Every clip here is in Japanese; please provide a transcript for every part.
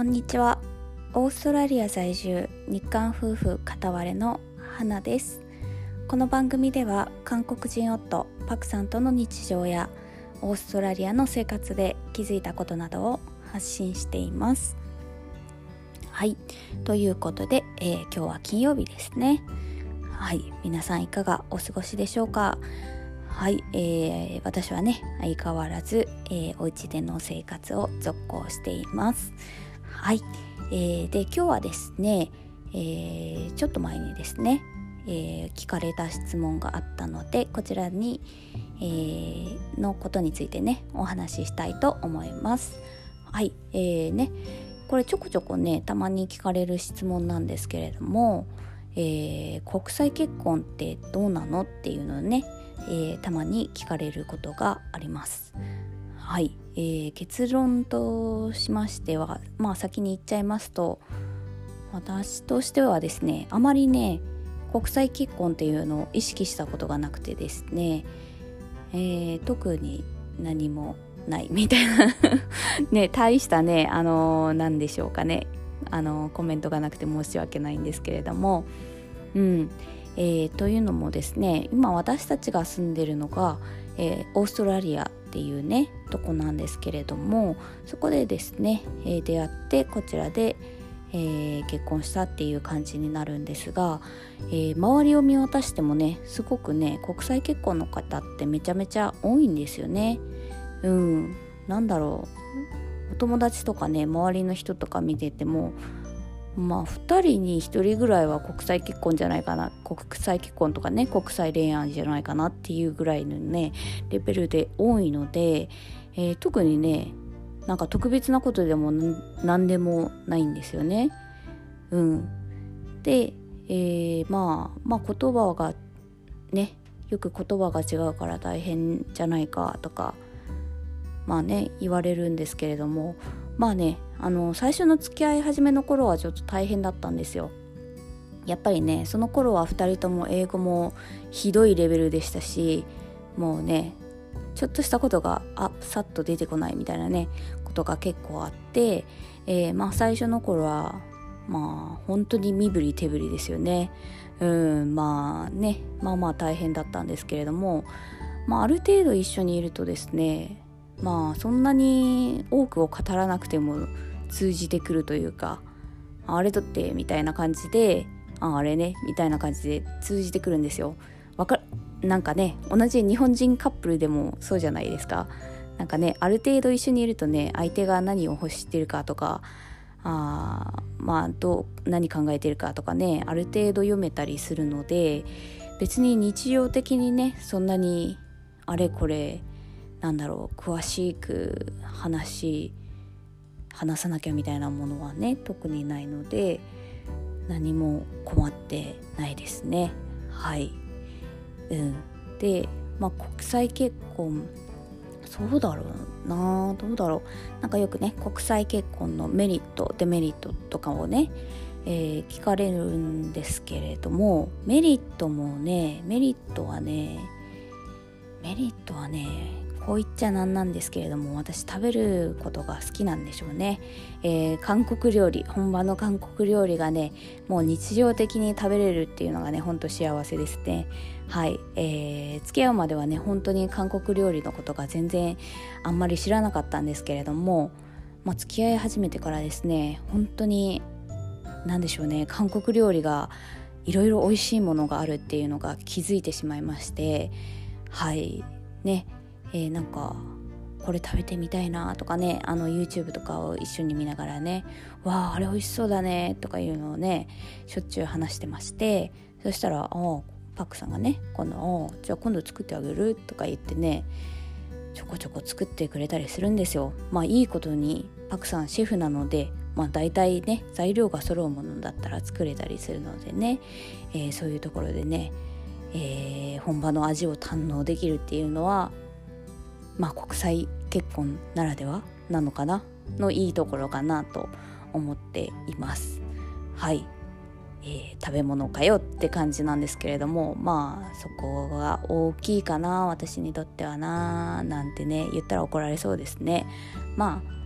こんにちは。オーストラリア在住日韓夫婦片割れの花です。この番組では韓国人夫パクさんとの日常やオーストラリアの生活で気づいたことなどを発信しています。はい、ということで、今日は金曜日ですね。はい、皆さんいかがお過ごしでしょうか。はい、私はね相変わらず、お家での生活を続行しています。はい、で今日はですね、ちょっと前にですね、聞かれた質問があったのでこちらに、のことについてねお話ししたいと思います。はい、これちょこちょこねたまに聞かれる質問なんですけれども、国際結婚ってどうなのっていうのをね、たまに聞かれることがあります。はい、結論としましては、先に言っちゃいますと、私としてはですねあまりね国際結婚っていうのを意識したことがなくてですね、特に何もないみたいなね、大したね何でしょうかね、コメントがなくて申し訳ないんですけれども、というのもですね、今私たちが住んでるのが、オーストラリアっていうねとこなんですけれども、そこでですね、出会ってこちらで、結婚したっていう感じになるんですが、周りを見渡してもねすごくね国際結婚の方ってめちゃめちゃ多いんですよね。なんだろう、お友達とかね周りの人とか見てても2人に1人ぐらいは国際結婚じゃないかな、国際結婚とかね国際恋愛じゃないかなっていうぐらいのねレベルで多いので、特にねなんか特別なことでも何でもないんですよね。で、言葉がねよく言葉が違うから大変じゃないかとか言われるんですけれども、最初の付き合い始めの頃はちょっと大変だったんですよ。やっぱりねその頃は2人とも英語もひどいレベルでしたし、もうねちょっとしたことがさっと出てこないみたいなねことが結構あって、最初の頃は本当に身振り手振りですよね。大変だったんですけれども、ある程度一緒にいるとですね、そんなに多くを語らなくても通じてくるというか、あれとってみたいな感じで、あれねみたいな感じで通じてくるんですよ。なんかね同じ日本人カップルでもそうじゃないですか。なんかねある程度一緒にいるとね相手が何を欲してるかとか何考えてるかとかねある程度読めたりするので、別に日常的にねそんなにあれこれ詳しく話さなきゃみたいなものはね特にないので何も困ってないですね。はい。で、国際結婚どうだろう、なんかよくね国際結婚のメリットデメリットとかをね、聞かれるんですけれども、メリットはねこう言っちゃなんなんですけれども、私食べることが好きなんでしょうね。韓国料理、本場の韓国料理がねもう日常的に食べれるっていうのがねほんと幸せですね。はい、付き合うまではね本当に韓国料理のことが全然あんまり知らなかったんですけれども、付き合い始めてからですね本当に韓国料理がいろいろ美味しいものがあるっていうのが気づいてしまいまして、はいね、なんかこれ食べてみたいなとかね、YouTube とかを一緒に見ながらね、わああれ美味しそうだねとかいうのをねしょっちゅう話してまして、そしたらパクさんがねじゃあ今度作ってあげるとか言ってねちょこちょこ作ってくれたりするんですよ。いいことにパクさんシェフなので大体ね材料が揃うものだったら作れたりするのでね、そういうところでね、本場の味を堪能できるっていうのは国際結婚ならではなのかなのいいところかなと思っています。はい、食べ物かよって感じなんですけれども、そこが大きいかな私にとってはななんてね言ったら怒られそうですね。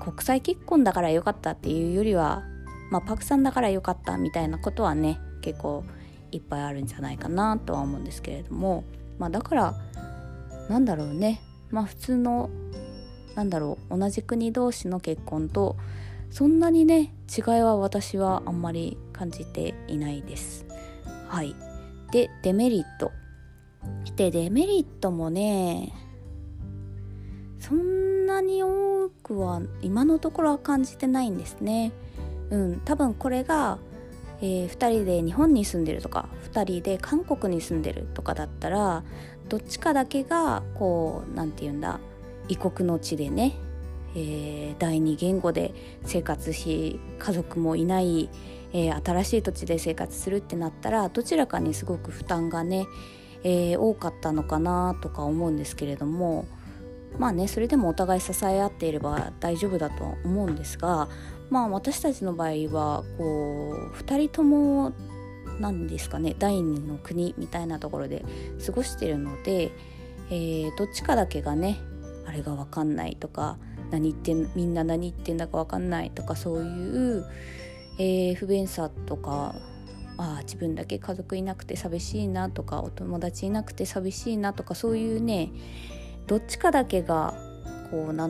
国際結婚だから良かったっていうよりは、パクさんだから良かったみたいなことはね結構いっぱいあるんじゃないかなとは思うんですけれども、だからなんだろうね、普通の同じ国同士の結婚とそんなにね違いは私はあんまり感じていないです。はい。でデメリットもねそんなに多くは今のところは感じてないんですね。多分これが、2人で日本に住んでるとか2人で韓国に住んでるとかだったらどっちかだけがこう異国の地でね、第二言語で生活し家族もいない、新しい土地で生活するってなったらどちらかにすごく負担がね、多かったのかなとか思うんですけれども、それでもお互い支え合っていれば大丈夫だとは思うんですが、私たちの場合はこう2人とも第二の国みたいなところで過ごしているので、どっちかだけがねあれが分かんないとかみんな何言ってんだか分かんないとかそういう、不便さとか自分だけ家族いなくて寂しいなとかお友達いなくて寂しいなとかそういうねどっちかだけがこう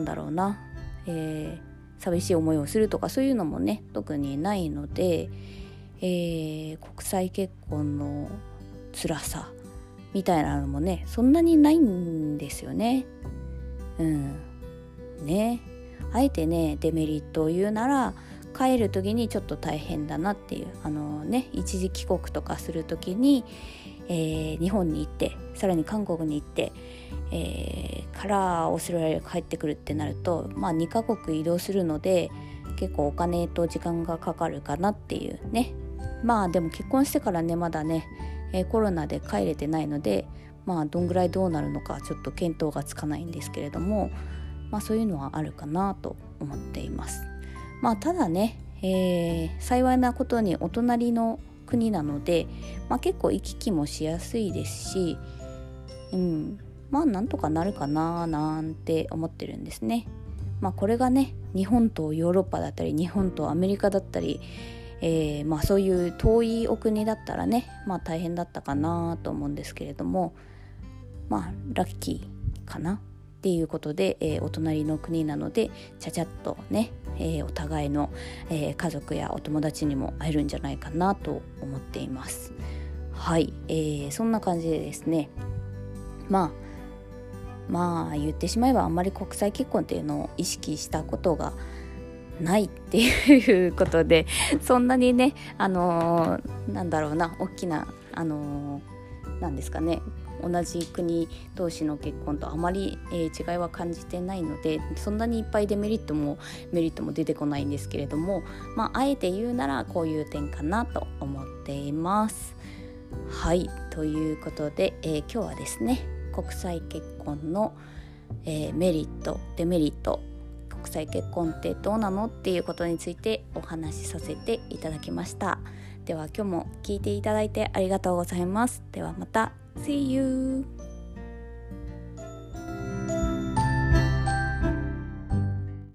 寂しい思いをするとかそういうのもね特にないので、国際結婚の辛さみたいなのもねそんなにないんですよね。あえてねデメリットを言うなら帰る時にちょっと大変だなっていう一時帰国とかする時に、日本に行ってさらに韓国に行って、からオーストラリア帰ってくるってなると2カ国移動するので結構お金と時間がかかるかなっていうね。でも結婚してからねまだね、コロナで帰れてないのでどんぐらいどうなるのかちょっと見当がつかないんですけれども、そういうのはあるかなと思っています。ただね、幸いなことにお隣の国なので、結構行き来もしやすいですし、なんとかなるかななんて思ってるんですね。これがね日本とヨーロッパだったり日本とアメリカだったり、そういう遠いお国だったらね大変だったかなと思うんですけれども、ラッキーかなっていうことで、お隣の国なのでちゃちゃっとね、お互いの、家族やお友達にも会えるんじゃないかなと思っています。はい、そんな感じでですね言ってしまえばあんまり国際結婚っていうのを意識したことがないっていうことでそんなにね大きななんですかね同じ国同士の結婚とあまり、違いは感じてないのでそんなにいっぱいデメリットもメリットも出てこないんですけれども、あえて言うならこういう点かなと思っています。はい、ということで、今日はですね国際結婚の、メリットデメリット国際結婚ってどうなのっていうことについてお話しさせていただきました。では今日も聞いていただいてありがとうございます。ではまた See you!